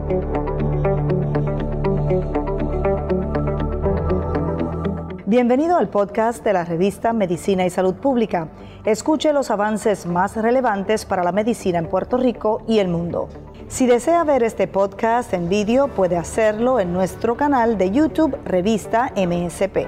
Bienvenido al podcast de la revista Medicina y Salud Pública. Escuche los avances más relevantes para la medicina en Puerto Rico y el mundo. Si desea ver este podcast en vídeo, puede hacerlo en nuestro canal de YouTube Revista MSP.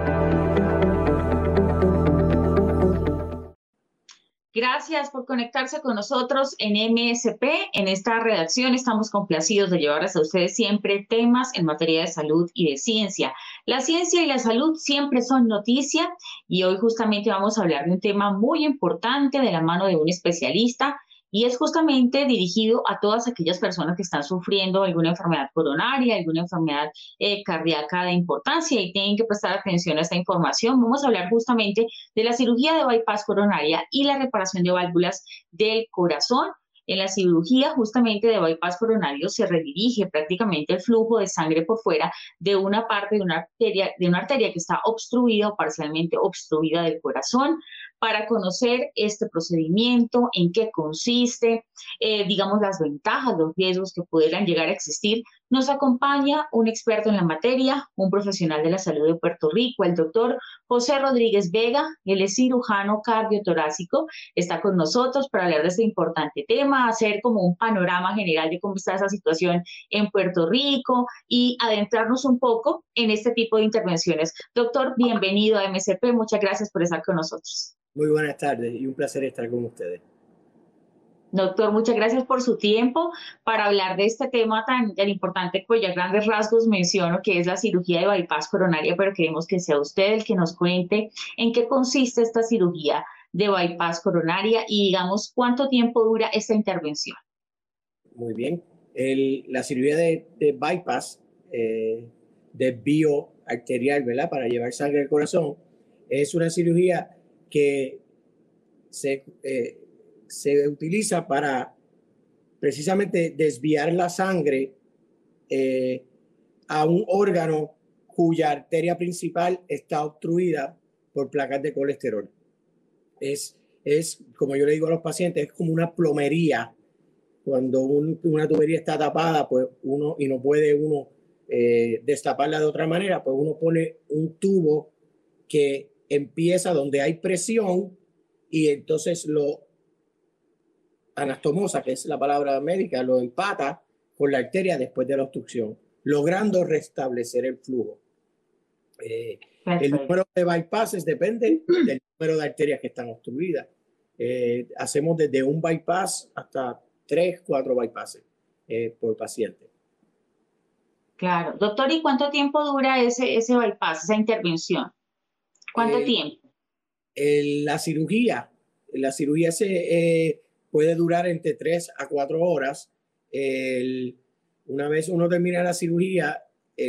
Gracias por conectarse con nosotros en MSP. En esta redacción estamos complacidos de llevarles a ustedes siempre temas en materia de salud y de ciencia. La ciencia y la salud siempre son noticia y hoy justamente vamos a hablar de un tema muy importante de la mano de un especialista y es justamente dirigido a todas aquellas personas que están sufriendo alguna enfermedad coronaria, alguna enfermedad cardíaca de importancia y tienen que prestar atención a esta información. Vamos a hablar justamente de la cirugía de bypass coronaria y la reparación de válvulas del corazón. En la cirugía justamente de bypass coronario se redirige prácticamente el flujo de sangre por fuera de una parte de una arteria que está obstruida o parcialmente obstruida del corazón. Para conocer este procedimiento, en qué consiste, digamos las ventajas, los riesgos que pudieran llegar a existir, nos acompaña un experto en la materia, un profesional de la salud de Puerto Rico, el doctor José Rodríguez Vega. Él es cirujano cardiotorácico, está con nosotros para hablar de este importante tema, hacer como un panorama general de cómo está esa situación en Puerto Rico y adentrarnos un poco en este tipo de intervenciones. Doctor, bienvenido a MSP, muchas gracias por estar con nosotros. Muy buenas tardes y un placer estar con ustedes. Doctor, muchas gracias por su tiempo para hablar de este tema tan importante, pues ya a grandes rasgos menciono que es la cirugía de bypass coronaria, pero queremos que sea usted el que nos cuente en qué consiste esta cirugía de bypass coronaria y digamos cuánto tiempo dura esta intervención. Muy bien. La cirugía de bypass, desvío arterial, ¿verdad? Para llevar sangre al corazón, es una cirugía que se utiliza para precisamente desviar la sangre a un órgano cuya arteria principal está obstruida por placas de colesterol. Es como yo le digo a los pacientes, es como una plomería. Cuando una tubería está tapada, pues y no puede uno destaparla de otra manera, pues uno pone un tubo que empieza donde hay presión y entonces lo anastomosa, que es la palabra médica, lo empata con la arteria después de la obstrucción, logrando restablecer el flujo. El número de bypasses depende del número de arterias que están obstruidas. Hacemos desde un bypass hasta 3, 4 bypasses por paciente. Claro. Doctor, ¿y cuánto tiempo dura ese bypass, esa intervención? ¿Cuánto tiempo? La cirugía puede durar entre 3 a 4 horas. Una vez uno termina la cirugía,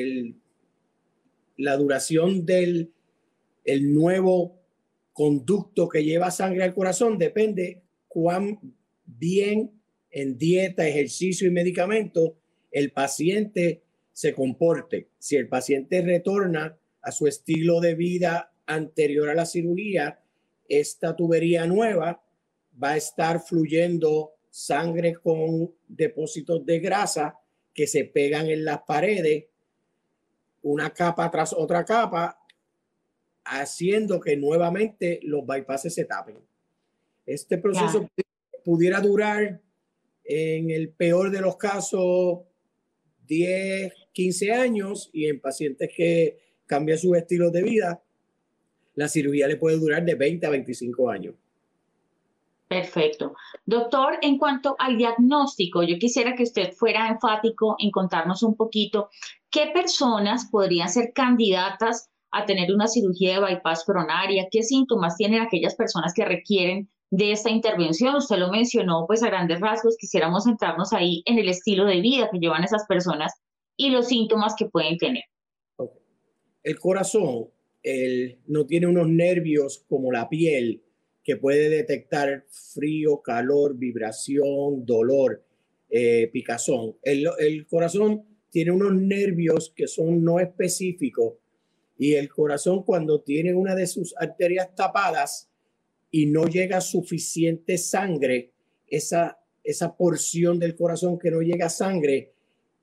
la duración del nuevo conducto que lleva sangre al corazón depende cuán bien en dieta, ejercicio y medicamentos el paciente se comporte. Si el paciente retorna a su estilo de vida anterior a la cirugía, esta tubería nueva va a estar fluyendo sangre con depósitos de grasa que se pegan en las paredes, una capa tras otra capa, haciendo que nuevamente los bypasses se tapen. Este proceso pudiera durar, en el peor de los casos, 10, 15 años, y en pacientes que cambian sus estilos de vida, la cirugía le puede durar de 20 a 25 años. Perfecto. Doctor, en cuanto al diagnóstico, yo quisiera que usted fuera enfático en contarnos un poquito qué personas podrían ser candidatas a tener una cirugía de bypass coronaria, qué síntomas tienen aquellas personas que requieren de esta intervención. Usted lo mencionó, pues a grandes rasgos, quisiéramos centrarnos ahí en el estilo de vida que llevan esas personas y los síntomas que pueden tener. Okay. El corazón no tiene unos nervios como la piel que puede detectar frío, calor, vibración, dolor, picazón. El corazón tiene unos nervios que son no específicos y el corazón, cuando tiene una de sus arterias tapadas y no llega suficiente sangre, esa porción del corazón que no llega sangre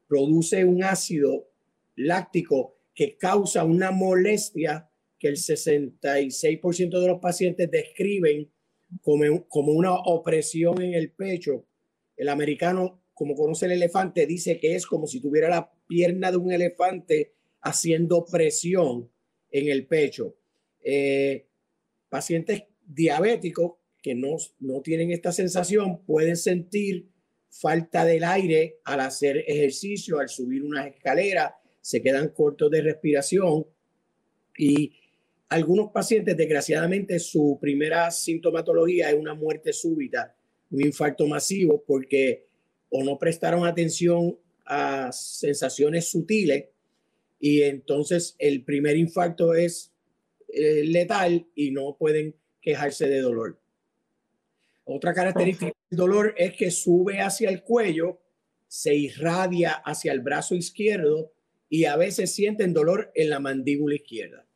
produce un ácido láctico que causa una molestia que el 66% de los pacientes describen como una opresión en el pecho. El americano, como conoce el elefante, dice que es como si tuviera la pierna de un elefante haciendo presión en el pecho. Pacientes diabéticos que no tienen esta sensación pueden sentir falta del aire al hacer ejercicio, al subir unas escaleras, se quedan cortos de respiración, y algunos pacientes, desgraciadamente, su primera sintomatología es una muerte súbita, un infarto masivo, porque o no prestaron atención a sensaciones sutiles, y entonces el primer infarto es letal y no pueden quejarse de dolor. Otra característica del dolor es que sube hacia el cuello, se irradia hacia el brazo izquierdo y a veces sienten dolor en la mandíbula izquierda.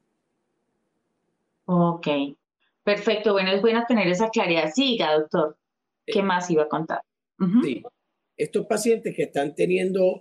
Ok, perfecto. Bueno, es bueno tener esa claridad. Siga, doctor. ¿Qué más iba a contar? Sí, estos pacientes que están teniendo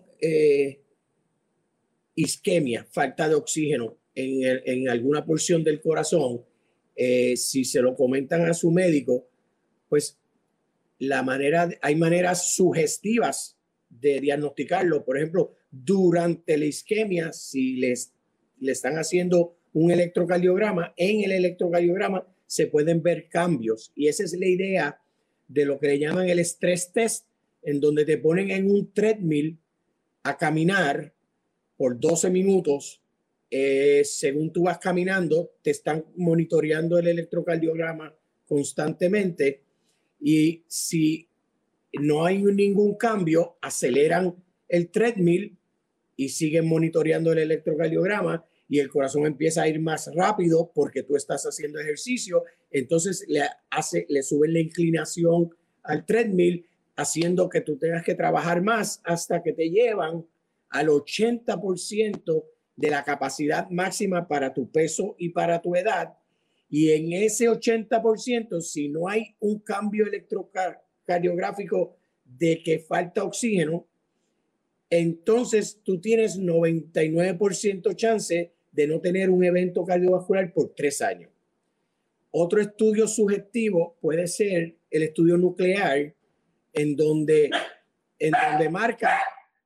isquemia, falta de oxígeno en alguna porción del corazón, si se lo comentan a su médico, pues hay maneras sugestivas de diagnosticarlo. Por ejemplo, durante la isquemia, si le están haciendo un electrocardiograma, en el electrocardiograma se pueden ver cambios, y esa es la idea de lo que le llaman el stress test, en donde te ponen en un treadmill a caminar por 12 minutos. Según tú vas caminando, te están monitoreando el electrocardiograma constantemente, y si no hay ningún cambio, aceleran el treadmill y siguen monitoreando el electrocardiograma, y el corazón empieza a ir más rápido porque tú estás haciendo ejercicio. Entonces le suben la inclinación al treadmill, haciendo que tú tengas que trabajar más hasta que te llevan al 80% de la capacidad máxima para tu peso y para tu edad. Y en ese 80%, si no hay un cambio electrocardiográfico de que falta oxígeno, entonces tú tienes 99% chance de no tener un evento cardiovascular por 3 años. Otro estudio sugestivo puede ser el estudio nuclear, en donde marca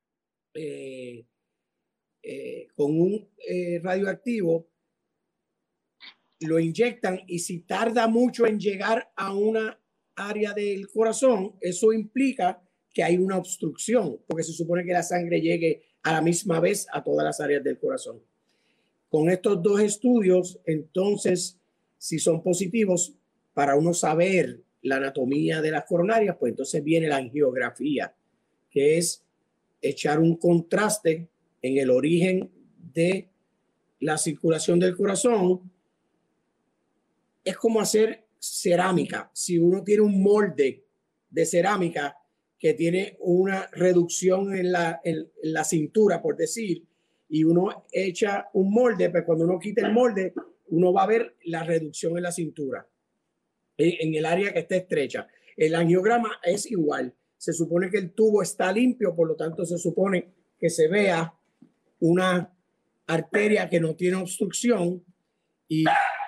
con un radioactivo, lo inyectan, y si tarda mucho en llegar a una área del corazón, eso implica que hay una obstrucción, porque se supone que la sangre llegue a la misma vez a todas las áreas del corazón. Con estos dos estudios, entonces, si son positivos, para uno saber la anatomía de las coronarias, pues entonces viene la angiografía, que es echar un contraste en el origen de la circulación del corazón. Es como hacer cerámica. Si uno tiene un molde de cerámica que tiene una reducción en la cintura, por decir, y uno echa un molde, pues cuando uno quita el molde, uno va a ver la reducción en la cintura, en el área que está estrecha. El angiograma es igual. Se supone que el tubo está limpio, por lo tanto se supone que se vea una arteria que no tiene obstrucción, y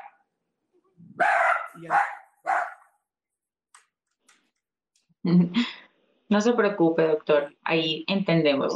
no se preocupe, doctor, ahí entendemos.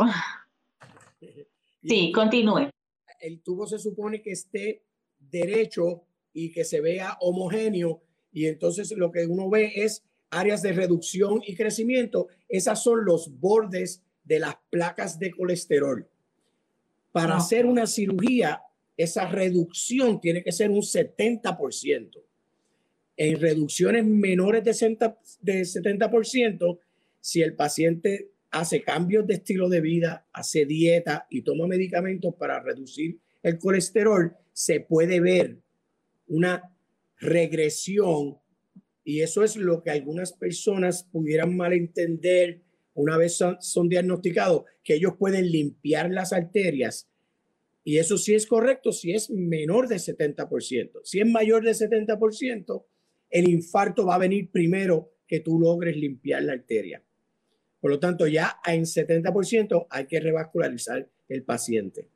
Sí, continúe. El tubo se supone que esté derecho y que se vea homogéneo, y entonces lo que uno ve es áreas de reducción y crecimiento. Esas son los bordes de las placas de colesterol. Para hacer una cirugía, esa reducción tiene que ser un 70%. En reducciones menores de 70%, si el paciente hace cambios de estilo de vida, hace dieta y toma medicamentos para reducir el colesterol, se puede ver una regresión, y eso es lo que algunas personas pudieran malentender una vez son diagnosticados, que ellos pueden limpiar las arterias, y eso sí es correcto si es menor de 70%. Si es mayor de 70%, el infarto va a venir primero que tú logres limpiar la arteria. Por lo tanto, ya en 70% hay que revascularizar el paciente.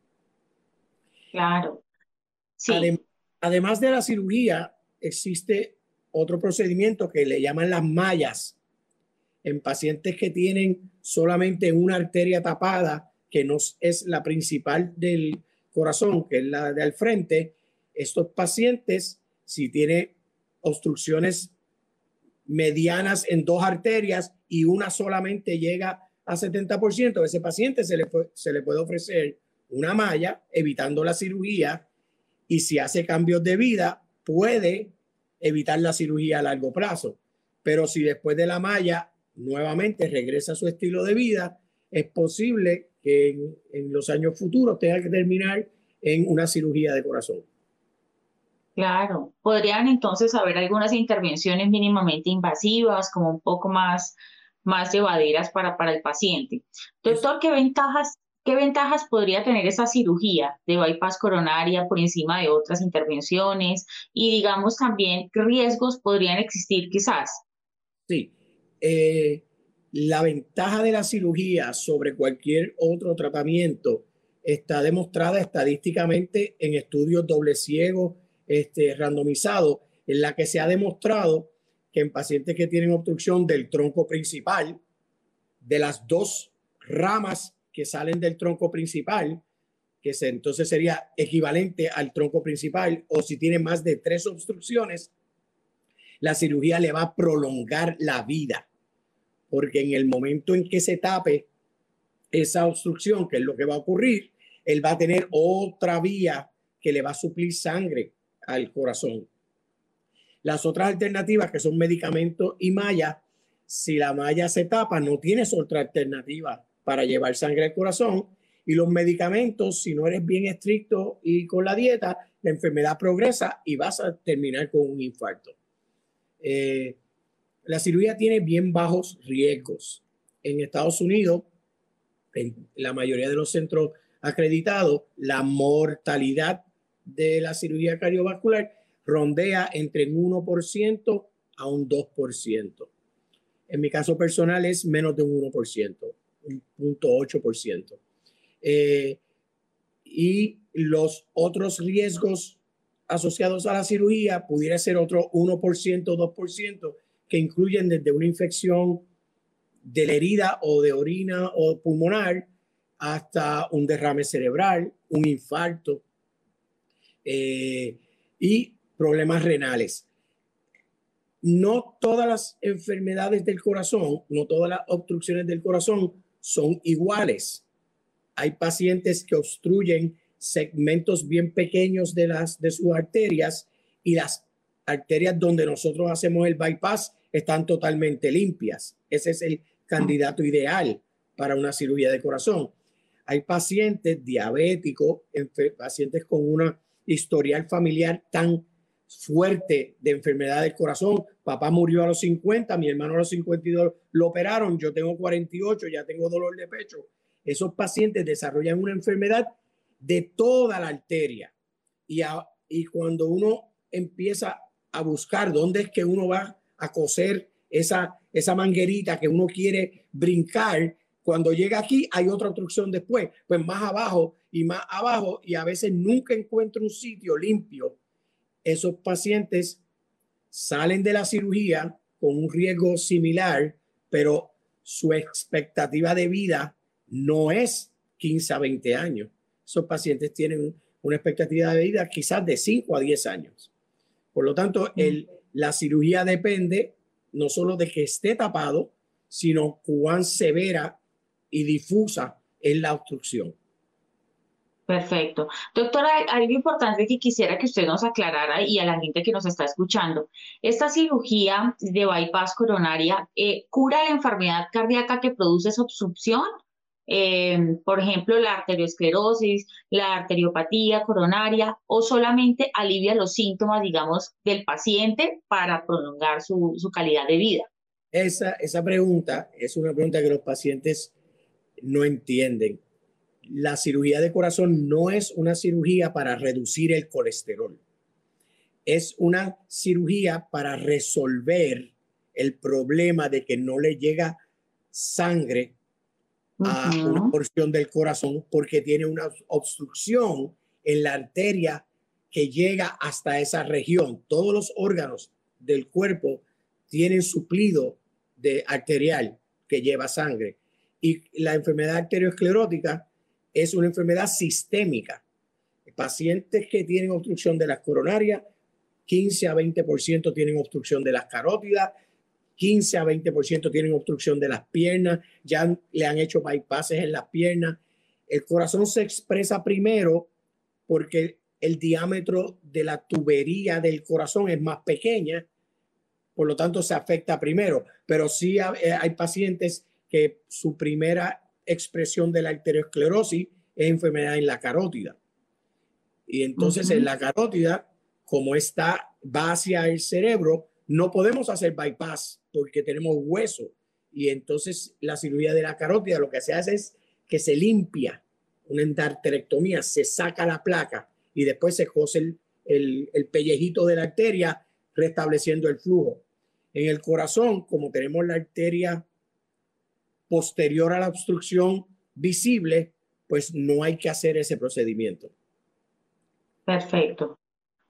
Claro, sí. Además de la cirugía, existe otro procedimiento que le llaman las mallas en pacientes que tienen solamente una arteria tapada, que no es la principal del corazón, que es la de al frente. Estos pacientes, si tienen obstrucciones medianas en dos arterias y una solamente llega a 70%, a ese paciente se le puede ofrecer una malla, evitando la cirugía, y si hace cambios de vida, puede evitar la cirugía a largo plazo. Pero si después de la malla nuevamente regresa a su estilo de vida, es posible que en los años futuros tenga que terminar en una cirugía de corazón. Claro, podrían entonces haber algunas intervenciones mínimamente invasivas, como un poco más llevaderas para el paciente. Doctor, qué ventajas podría tener esa cirugía de bypass coronaria por encima de otras intervenciones? Y digamos también, ¿qué riesgos podrían existir quizás? Sí, la ventaja de la cirugía sobre cualquier otro tratamiento está demostrada estadísticamente en estudios doble ciegos randomizados, en la que se ha demostrado que en pacientes que tienen obstrucción del tronco principal, de las dos ramas que salen del tronco principal, entonces sería equivalente al tronco principal, o si tiene más de 3 obstrucciones, la cirugía le va a prolongar la vida, porque en el momento en que se tape esa obstrucción, que es lo que va a ocurrir, él va a tener otra vía que le va a suplir sangre al corazón. Las otras alternativas, que son medicamentos y malla, si la malla se tapa, no tienes otra alternativa para llevar sangre al corazón. Y los medicamentos, si no eres bien estricto y con la dieta, la enfermedad progresa y vas a terminar con un infarto. La cirugía tiene bien bajos riesgos. En Estados Unidos, en la mayoría de los centros acreditados, la mortalidad de la cirugía cardiovascular rondea entre un 1% a un 2%. En mi caso personal es menos de un 1%, un 0.8%. Y los otros riesgos asociados a la cirugía pudiera ser otro 1%, 2%, que incluyen desde una infección de la herida o de orina o pulmonar hasta un derrame cerebral, un infarto y problemas renales. No todas las enfermedades del corazón, no todas las obstrucciones del corazón son iguales. Hay pacientes que obstruyen segmentos bien pequeños de sus arterias, y las arterias donde nosotros hacemos el bypass están totalmente limpias. Ese es el candidato ideal para una cirugía de corazón. Hay pacientes diabéticos, pacientes con una historial familiar tan fuerte de enfermedad del corazón. Papá murió a los 50, mi hermano a los 52 lo operaron, yo tengo 48, ya tengo dolor de pecho. Esos pacientes desarrollan una enfermedad de toda la arteria. Y cuando uno empieza a buscar dónde es que uno va a coser esa manguerita que uno quiere brincar, cuando llega aquí hay otra obstrucción después, pues más abajo, y a veces nunca encuentro un sitio limpio. Esos pacientes salen de la cirugía con un riesgo similar, pero su expectativa de vida no es 15 a 20 años. Esos pacientes tienen una expectativa de vida quizás de 5 a 10 años. Por lo tanto, la cirugía depende no solo de que esté tapado, sino cuán severa y difusa es la obstrucción. Perfecto. Doctora, algo importante que quisiera que usted nos aclarara, y a la gente que nos está escuchando. ¿Esta cirugía de bypass coronaria cura la enfermedad cardíaca que produce esa obstrucción? Por ejemplo, la arteriosclerosis, la arteriopatía coronaria, o solamente alivia los síntomas, digamos, del paciente para prolongar su calidad de vida. Esa pregunta es una pregunta que los pacientes no entienden. La cirugía de corazón no es una cirugía para reducir el colesterol. Es una cirugía para resolver el problema de que no le llega sangre a una porción del corazón porque tiene una obstrucción en la arteria que llega hasta esa región. Todos los órganos del cuerpo tienen suplido de arterial que lleva sangre. Y la enfermedad arteriosclerótica es una enfermedad sistémica. Pacientes que tienen obstrucción de las coronarias, 15 a 20% tienen obstrucción de las carótidas, 15 a 20% tienen obstrucción de las piernas, ya le han hecho bypasses en las piernas. El corazón se expresa primero porque el diámetro de la tubería del corazón es más pequeña, por lo tanto se afecta primero. Pero sí hay pacientes que su primera expresión de la arteriosclerosis es enfermedad en la carótida. Y entonces en la carótida, como va hacia el cerebro, no podemos hacer bypass porque tenemos hueso. Y entonces la cirugía de la carótida lo que se hace es que se limpia, una endarterectomía, se saca la placa y después se cose el pellejito de la arteria, restableciendo el flujo. En el corazón, como tenemos la arteria posterior a la obstrucción visible, pues no hay que hacer ese procedimiento. Perfecto.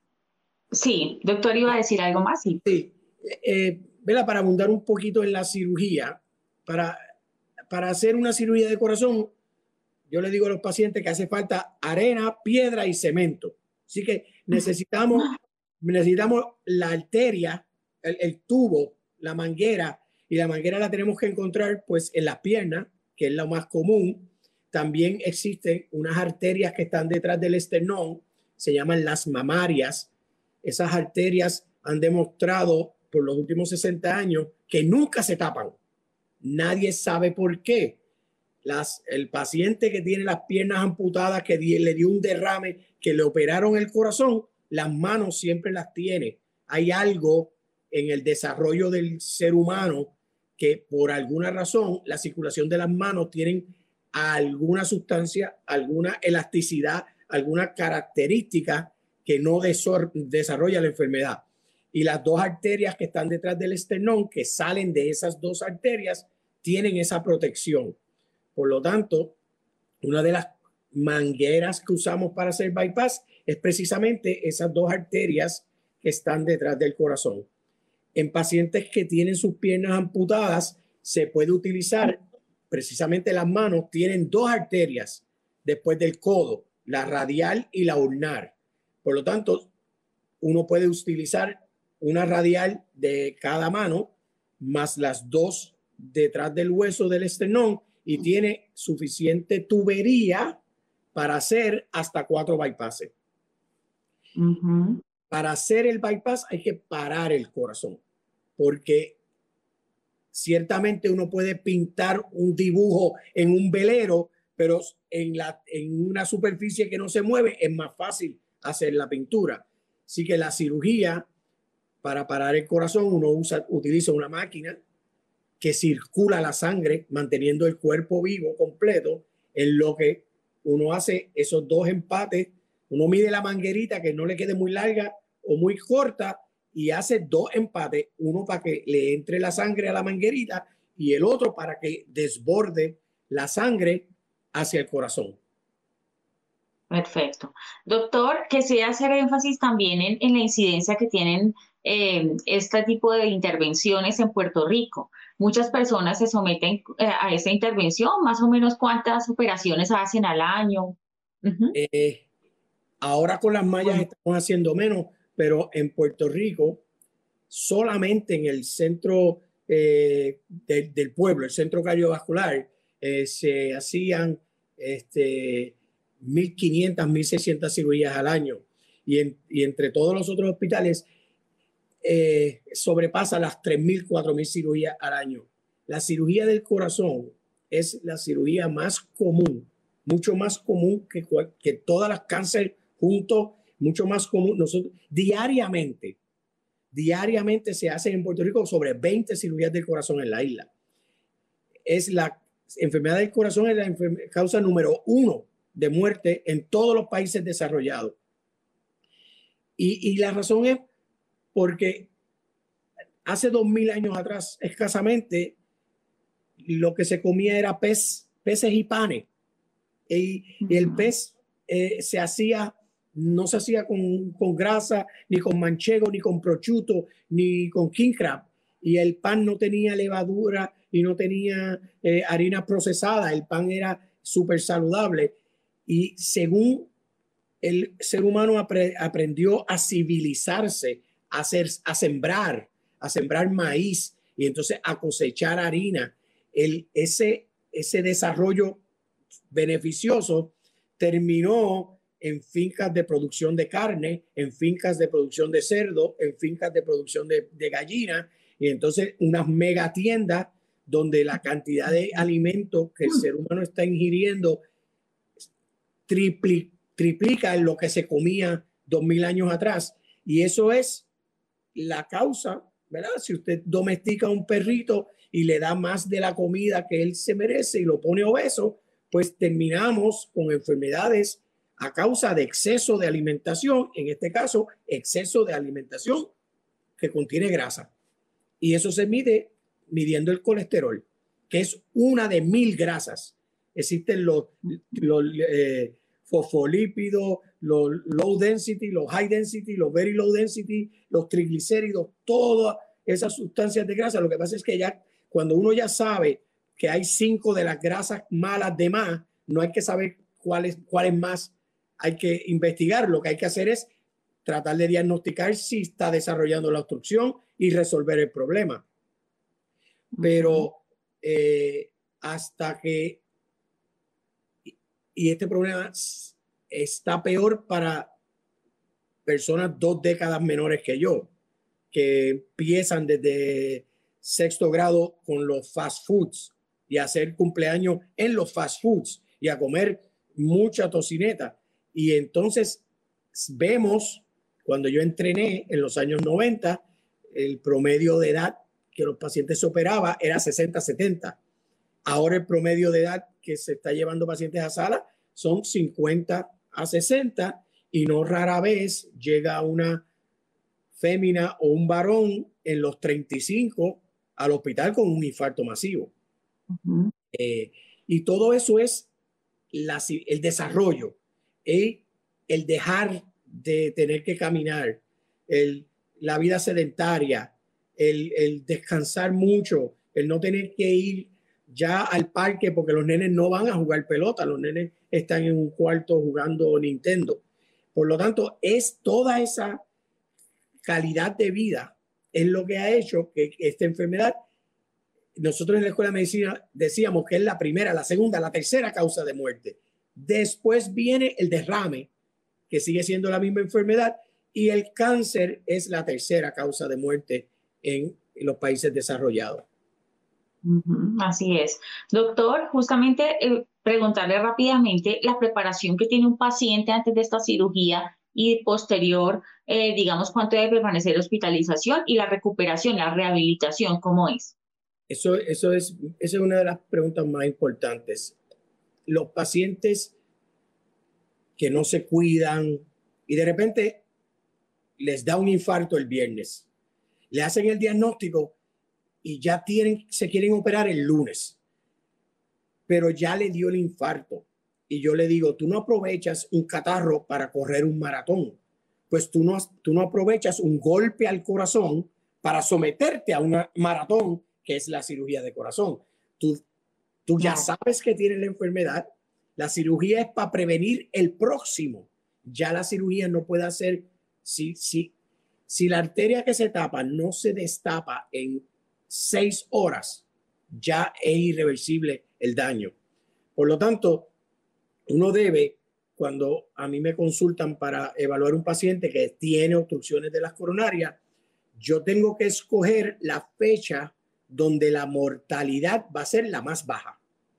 Sí, doctor, iba a decir algo más. Sí. Vela, para abundar un poquito en la cirugía, para hacer una cirugía de corazón, yo le digo a los pacientes que hace falta arena, piedra y cemento. Así que necesitamos la arteria, el tubo, la manguera, y la manguera la tenemos que encontrar pues en las piernas, que es lo más común. También existen unas arterias que están detrás del esternón, se llaman las mamarias. Esas arterias han demostrado por los últimos 60 años que nunca se tapan. Nadie sabe por qué. El paciente que tiene las piernas amputadas, que le dio un derrame, que le operaron el corazón, las manos siempre las tiene. Hay algo en el desarrollo del ser humano que por alguna razón la circulación de las manos tienen alguna sustancia, alguna elasticidad, alguna característica que no desarrolla la enfermedad. Y las dos arterias que están detrás del esternón, que salen de esas dos arterias, tienen esa protección. Por lo tanto, una de las mangueras que usamos para hacer bypass es precisamente esas dos arterias que están detrás del corazón. En pacientes que tienen sus piernas amputadas, se puede utilizar precisamente las manos, tienen dos arterias después del codo, la radial y la ulnar. Por lo tanto, uno puede utilizar una radial de cada mano más las dos detrás del hueso del esternón y tiene suficiente tubería para hacer hasta 4 bypasses. Para hacer el bypass hay que parar el corazón, porque ciertamente uno puede pintar un dibujo en un velero, pero en una superficie que no se mueve es más fácil hacer la pintura. Así que la cirugía, para parar el corazón, uno utiliza una máquina que circula la sangre, manteniendo el cuerpo vivo completo, en lo que uno hace esos dos empates. Uno mide la manguerita que no le quede muy larga o muy corta y hace dos empates, uno para que le entre la sangre a la manguerita y el otro para que desborde la sangre hacia el corazón. Perfecto. Doctor, quisiera hacer énfasis también en la incidencia que tienen este tipo de intervenciones en Puerto Rico. Muchas personas se someten a esta intervención, más o menos ¿cuántas operaciones hacen al año? Ahora con las mallas estamos haciendo menos, pero en Puerto Rico, solamente en el centro del pueblo, el centro cardiovascular, se hacían 1.500, 1.600 cirugías al año. Y entre todos los otros hospitales sobrepasa las 3.000, 4.000 cirugías al año. La cirugía del corazón es la cirugía más común, mucho más común que todas las cánceres juntos, mucho más común. Nosotros diariamente se hacen en Puerto Rico sobre 20 cirugías del corazón en la isla. Es la enfermedad del corazón, es la causa número 1 de muerte en todos los países desarrollados. Y la razón es porque hace 2000 años atrás, escasamente, lo que se comía era peces y panes. Y el pez no se hacía con grasa, ni con manchego, ni con prosciutto, ni con king crab. Y el pan no tenía levadura y no tenía harina procesada. El pan era súper saludable. Y según el ser humano aprendió a civilizarse, a sembrar maíz y entonces a cosechar harina, ese desarrollo beneficioso terminó en fincas de producción de carne, en fincas de producción de cerdo, en fincas de producción de gallina, y entonces unas mega tiendas donde la cantidad de alimentos que el ser humano está ingiriendo triplica en lo que se comía 2000 años atrás. Y eso es la causa, ¿verdad? Si usted domestica a un perrito y le da más de la comida que él se merece y lo pone obeso, pues terminamos con enfermedades a causa de exceso de alimentación, en este caso, exceso de alimentación que contiene grasa. Y eso se mide midiendo el colesterol, que es una de 1000 grasas. Existen los fosfolípidos, los low density, los high density, los very low density, los triglicéridos, todas esas sustancias de grasa. Lo que pasa es que ya cuando uno ya sabe que hay 5 de las grasas malas de más, no hay que saber cuáles más hay que investigar. Lo que hay que hacer es tratar de diagnosticar si está desarrollando la obstrucción y resolver el problema. Pero hasta que... Y este problema está peor para personas 2 décadas menores que yo, que empiezan desde 6º grado con los fast foods y a hacer cumpleaños en los fast foods y a comer mucha tocineta. Y entonces vemos, cuando yo entrené en los años 90, el promedio de edad que los pacientes se operaba era 60-70. Ahora el promedio de edad que se está llevando pacientes a sala son 50-60 y no rara vez llega una fémina o un varón en los 35 al hospital con un infarto masivo. Y todo eso es el desarrollo, el dejar de tener que caminar, la vida sedentaria, el descansar mucho, el no tener que ir ya al parque porque los nenes no van a jugar pelota, los nenes están en un cuarto jugando Nintendo. Por lo tanto, es toda esa calidad de vida es lo que ha hecho que esta enfermedad, nosotros en la Escuela de Medicina decíamos que es la primera, la segunda, la tercera causa de muerte. Después viene el derrame, que sigue siendo la misma enfermedad, y el cáncer es la tercera causa de muerte en los países desarrollados. Así es. Doctor, justamente preguntarle rápidamente la preparación que tiene un paciente antes de esta cirugía y posterior, digamos, cuánto debe permanecer hospitalización y la recuperación, la rehabilitación, ¿cómo es? Esa es una de las preguntas más importantes. Los pacientes que no se cuidan y de repente les da un infarto el viernes, le hacen el diagnóstico y ya se quieren operar el lunes, pero ya le dio el infarto. Y yo le digo, tú no aprovechas un catarro para correr un maratón, pues tú no aprovechas un golpe al corazón para someterte a una maratón, que es la cirugía de corazón. Tú ya sabes que tienes la enfermedad, la cirugía es para prevenir el próximo. Ya la cirugía no puede hacer, si la arteria que se tapa no se destapa en 6 horas, ya es irreversible el daño. Por lo tanto, uno debe, cuando a mí me consultan para evaluar un paciente que tiene obstrucciones de las coronarias, yo tengo que escoger la fecha donde la mortalidad va a ser la más baja.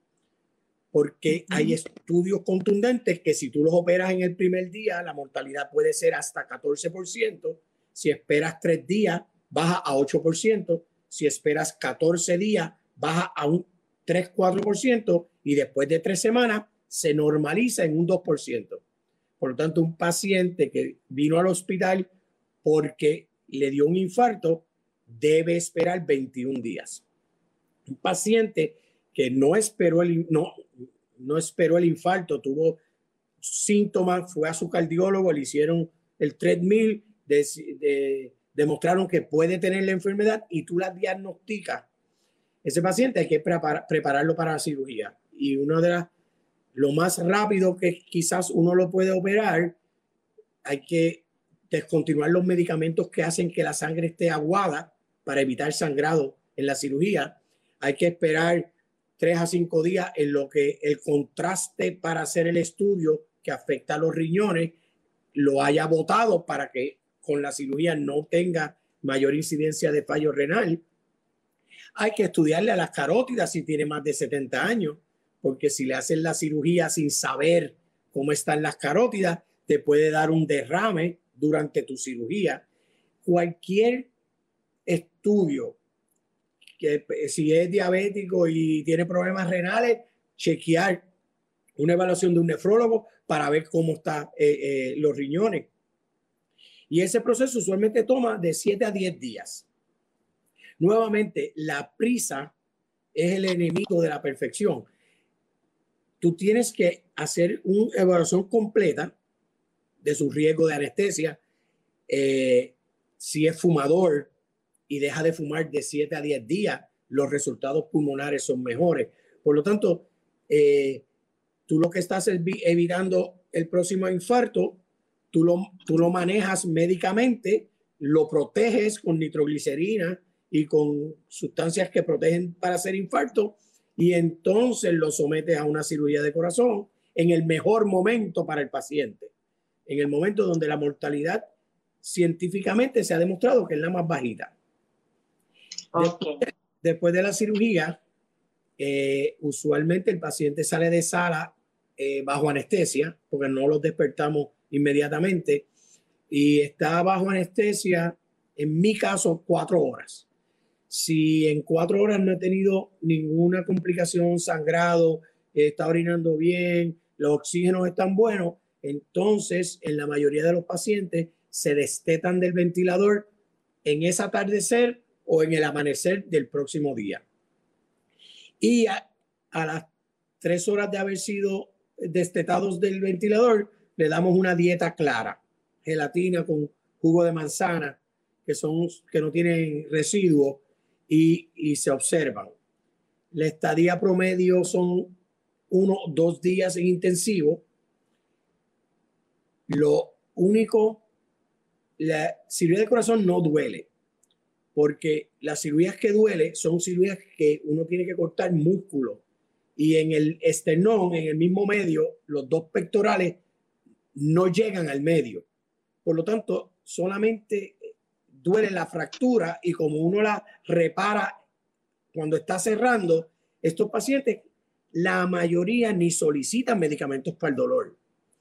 Porque hay estudios contundentes que si tú los operas en el primer día, la mortalidad puede ser hasta 14%. Si esperas 3 días, baja a 8%. Si esperas 14 días, baja a un 3-4%. Y después de 3 semanas, se normaliza en un 2%. Por lo tanto, un paciente que vino al hospital porque le dio un infarto debe esperar 21 días. Un paciente que no esperó no esperó el infarto, tuvo síntomas, fue a su cardiólogo, le hicieron el treadmill, demostraron que puede tener la enfermedad y tú la diagnosticas. Ese paciente hay que prepararlo para la cirugía. Y lo más rápido que quizás uno lo puede operar, hay que descontinuar los medicamentos que hacen que la sangre esté aguada para evitar sangrado en la cirugía. Hay que esperar 3 a 5 días en lo que el contraste para hacer el estudio que afecta a los riñones lo haya botado para que con la cirugía no tenga mayor incidencia de fallo renal. Hay que estudiarle a las carótidas si tiene más de 70 años, porque si le hacen la cirugía sin saber cómo están las carótidas, te puede dar un derrame durante tu cirugía. Cualquier estudio, que si es diabético y tiene problemas renales, chequear una evaluación de un nefrólogo para ver cómo están los riñones. Y ese proceso usualmente toma de 7 a 10 días. Nuevamente, la prisa es el enemigo de la perfección. Tú tienes que hacer una evaluación completa de su riesgo de anestesia. Si es fumador y deja de fumar de 7 a 10 días, los resultados pulmonares son mejores. Por lo tanto, tú lo que estás evitando el próximo infarto, tú lo manejas médicamente, lo proteges con nitroglicerina y con sustancias que protegen para hacer infarto, y entonces lo sometes a una cirugía de corazón en el mejor momento para el paciente, en el momento donde la mortalidad científicamente se ha demostrado que es la más bajita. Okay. Después de la cirugía, usualmente el paciente sale de sala bajo anestesia, porque no los despertamos inmediatamente, y está bajo anestesia, en mi caso, 4 horas. Si en 4 horas no he tenido ninguna complicación, sangrado, está orinando bien, los oxígenos están buenos, entonces en la mayoría de los pacientes se destetan del ventilador en ese atardecer o en el amanecer del próximo día. Y a las 3 horas de haber sido destetados del ventilador, le damos una dieta clara, gelatina con jugo de manzana, que no tienen residuos, y se observan. La estadía promedio son 1 o 2 días en intensivo. Lo único, la cirugía de corazón no duele, porque las cirugías que duele son cirugías que uno tiene que cortar músculo, y en el esternón, en el mismo medio, los 2 pectorales no llegan al medio. Por lo tanto, solamente duele la fractura, y como uno la repara cuando está cerrando, estos pacientes, la mayoría ni solicitan medicamentos para el dolor.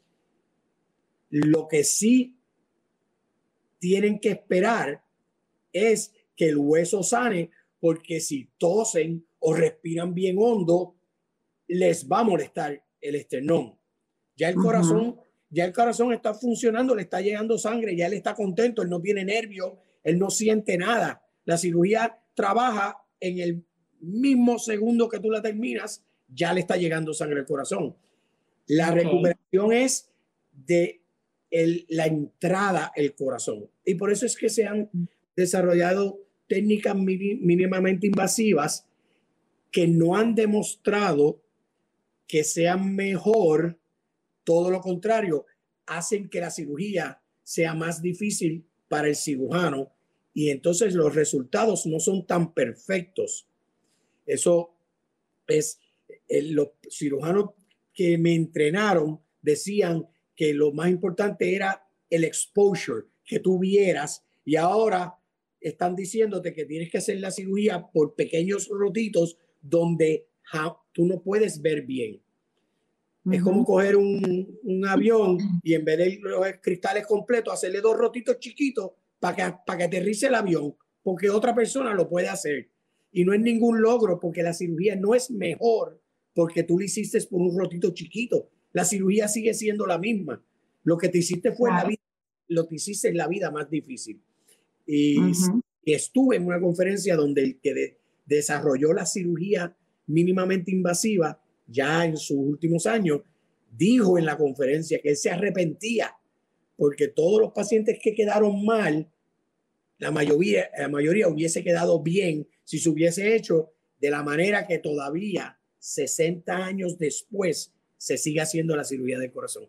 Lo que sí tienen que esperar es que el hueso sane, porque si tosen o respiran bien hondo, les va a molestar el esternón. Ya el corazón está funcionando, le está llegando sangre, ya él está contento, él no tiene nervios, él no siente nada. La cirugía trabaja en el mismo segundo que tú la terminas, ya le está llegando sangre al corazón. La recuperación es de la entrada al corazón. Y por eso es que se han desarrollado técnicas mínimamente invasivas que no han demostrado que sean mejor, todo lo contrario, hacen que la cirugía sea más difícil para el cirujano, y entonces los resultados no son tan perfectos. Eso es, los cirujanos que me entrenaron decían que lo más importante era el exposure, que tú vieras, y ahora están diciéndote que tienes que hacer la cirugía por pequeños rotitos donde tú no puedes ver bien. Es como coger un avión y en vez de los cristales completos, hacerle 2 rotitos chiquitos para que aterrice el avión, porque otra persona lo puede hacer. Y no es ningún logro, porque la cirugía no es mejor porque tú lo hiciste por un rotito chiquito. La cirugía sigue siendo la misma. Lo que te hiciste fue la vida, lo que hiciste en la vida más difícil. Y estuve en una conferencia donde el que desarrolló la cirugía mínimamente invasiva, ya en sus últimos años, dijo en la conferencia que él se arrepentía porque todos los pacientes que quedaron mal, la mayoría hubiese quedado bien si se hubiese hecho de la manera que todavía 60 años después se sigue haciendo la cirugía del corazón.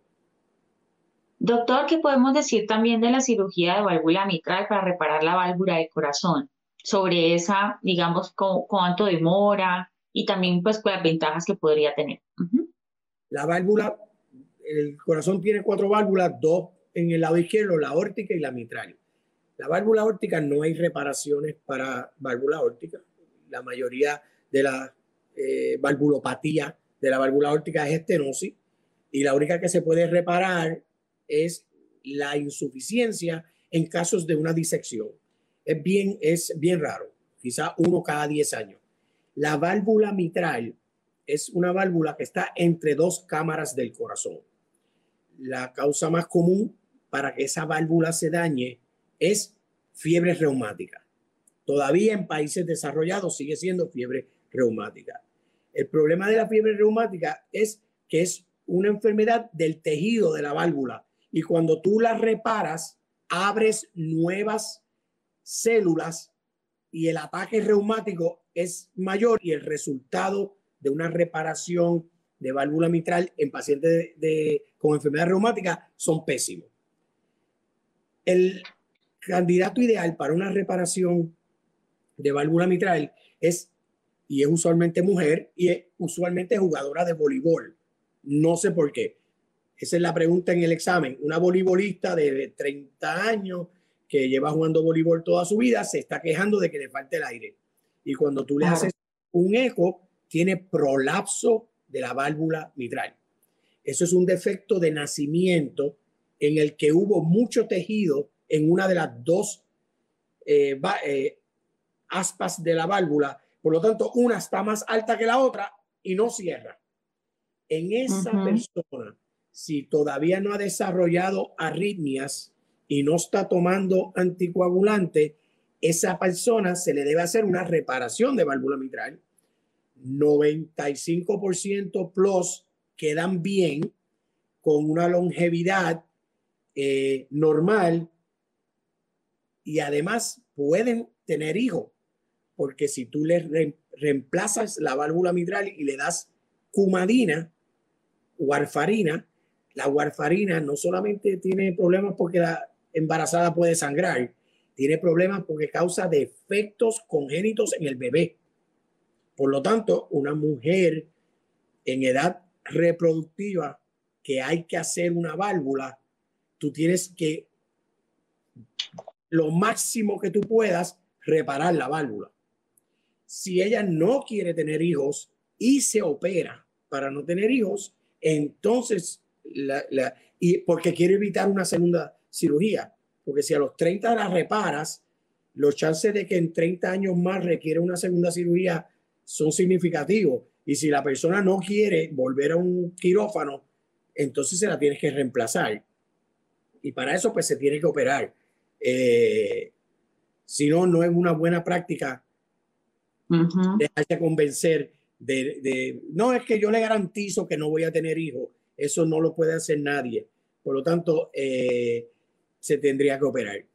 Doctor, ¿qué podemos decir también de la cirugía de válvula mitral para reparar la válvula del corazón? Sobre esa, digamos, cuánto demora y también pues las ventajas que podría tener. La válvula, el corazón tiene 4 válvulas, 2 en el lado izquierdo, la aórtica y la mitral. La válvula aórtica no hay reparaciones para válvula aórtica. La mayoría de la valvulopatía de la válvula aórtica es estenosis y la única que se puede reparar es la insuficiencia en casos de una disección. Es bien raro, quizá 1 cada 10 años. La válvula mitral es una válvula que está entre 2 cámaras del corazón. La causa más común para que esa válvula se dañe es fiebre reumática. Todavía en países desarrollados sigue siendo fiebre reumática. El problema de la fiebre reumática es que es una enfermedad del tejido de la válvula y cuando tú la reparas, abres nuevas células y el ataque reumático es mayor y el resultado de una reparación de válvula mitral en pacientes con enfermedad reumática son pésimos. El candidato ideal para una reparación de válvula mitral es usualmente mujer y es usualmente jugadora de voleibol. No sé por qué. Esa es la pregunta en el examen. Una voleibolista de 30 años que lleva jugando voleibol toda su vida se está quejando de que le falta el aire. Y cuando tú le haces un eco, tiene prolapso de la válvula mitral. Eso es un defecto de nacimiento en el que hubo mucho tejido en una de las 2 aspas de la válvula. Por lo tanto, una está más alta que la otra y no cierra. En esa persona, si todavía no ha desarrollado arritmias y no está tomando anticoagulante, esa persona se le debe hacer una reparación de válvula mitral. 95% plus quedan bien con una longevidad normal y además pueden tener hijos porque si tú le reemplazas la válvula mitral y le das cumadina, warfarina, la warfarina no solamente tiene problemas porque la embarazada puede sangrar, tiene problemas porque causa defectos congénitos en el bebé. Por lo tanto, una mujer en edad reproductiva que hay que hacer una válvula, tú tienes que, lo máximo que tú puedas, reparar la válvula. Si ella no quiere tener hijos y se opera para no tener hijos, entonces, y porque quiere evitar una segunda cirugía, porque si a los 30 la reparas, los chances de que en 30 años más requiere una segunda cirugía son significativos. Y si la persona no quiere volver a un quirófano, entonces se la tienes que reemplazar. Y para eso, pues se tiene que operar. Si no, no es una buena práctica dejarse convencer no es que yo le garantizo que no voy a tener hijos. Eso no lo puede hacer nadie. Por lo tanto, se tendría que operar.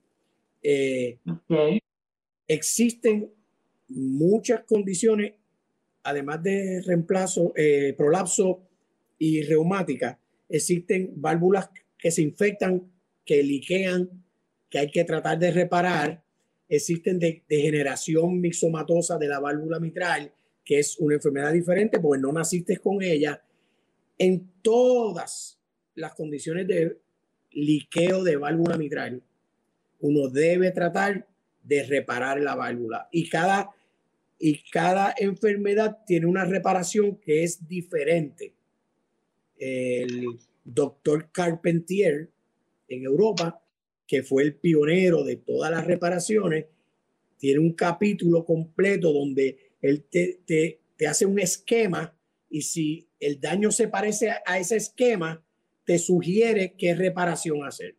Existen muchas condiciones, además de reemplazo, prolapso y reumática, existen válvulas que se infectan, que liquean, que hay que tratar de reparar. Existen degeneración mixomatosa de la válvula mitral, que es una enfermedad diferente porque no naciste con ella. En todas las condiciones de liqueo de válvula mitral, uno debe tratar de reparar la válvula. Y cada enfermedad tiene una reparación que es diferente. El doctor Carpentier en Europa, que fue el pionero de todas las reparaciones, tiene un capítulo completo donde él te hace un esquema y si el daño se parece a ese esquema, te sugiere qué reparación hacer.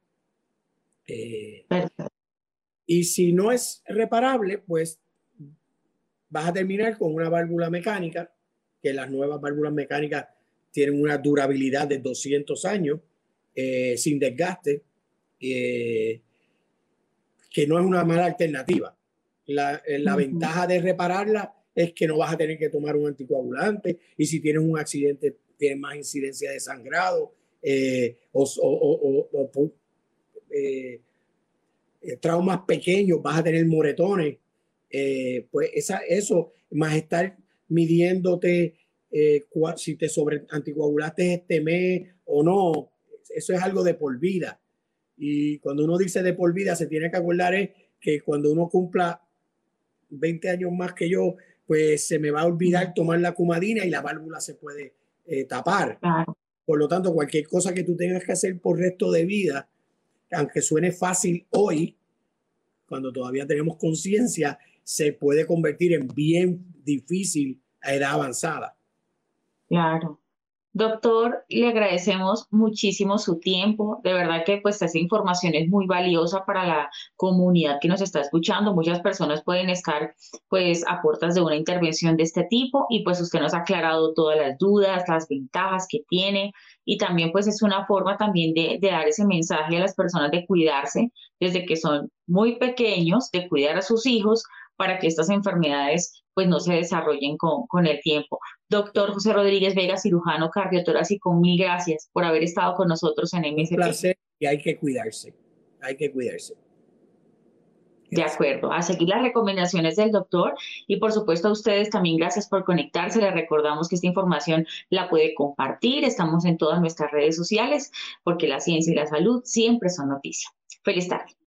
Y si no es reparable, pues vas a terminar con una válvula mecánica que las nuevas válvulas mecánicas tienen una durabilidad de 200 años sin desgaste, que no es una mala alternativa. La ventaja de repararla es que no vas a tener que tomar un anticoagulante, y si tienes un accidente tienes más incidencia de sangrado traumas pequeños, vas a tener moretones. Pues eso, más estar midiéndote si te anticoagulaste este mes o no, eso es algo de por vida. Y cuando uno dice de por vida, se tiene que acordar es que cuando uno cumpla 20 años más que yo, pues se me va a olvidar tomar la Coumadina y la válvula se puede tapar. Claro. Por lo tanto, cualquier cosa que tú tengas que hacer por resto de vida, aunque suene fácil hoy, cuando todavía tenemos conciencia, se puede convertir en bien difícil a edad avanzada. Claro. Doctor, le agradecemos muchísimo su tiempo. De verdad que pues esa información es muy valiosa para la comunidad que nos está escuchando. Muchas personas pueden estar pues a puertas de una intervención de este tipo, y pues usted nos ha aclarado todas las dudas, las ventajas que tiene, y también pues es una forma también de dar ese mensaje a las personas de cuidarse desde que son muy pequeños, de cuidar a sus hijos para que estas enfermedades pues no se desarrollen con el tiempo. Doctor José Rodríguez Vega, cirujano cardiotorácico, mil gracias por haber estado con nosotros en MSP. Un placer, y hay que cuidarse, hay que cuidarse. De acuerdo, a seguir las recomendaciones del doctor, y por supuesto a ustedes también gracias por conectarse. Les recordamos que esta información la puede compartir, estamos en todas nuestras redes sociales, porque la ciencia y la salud siempre son noticia. Feliz tarde.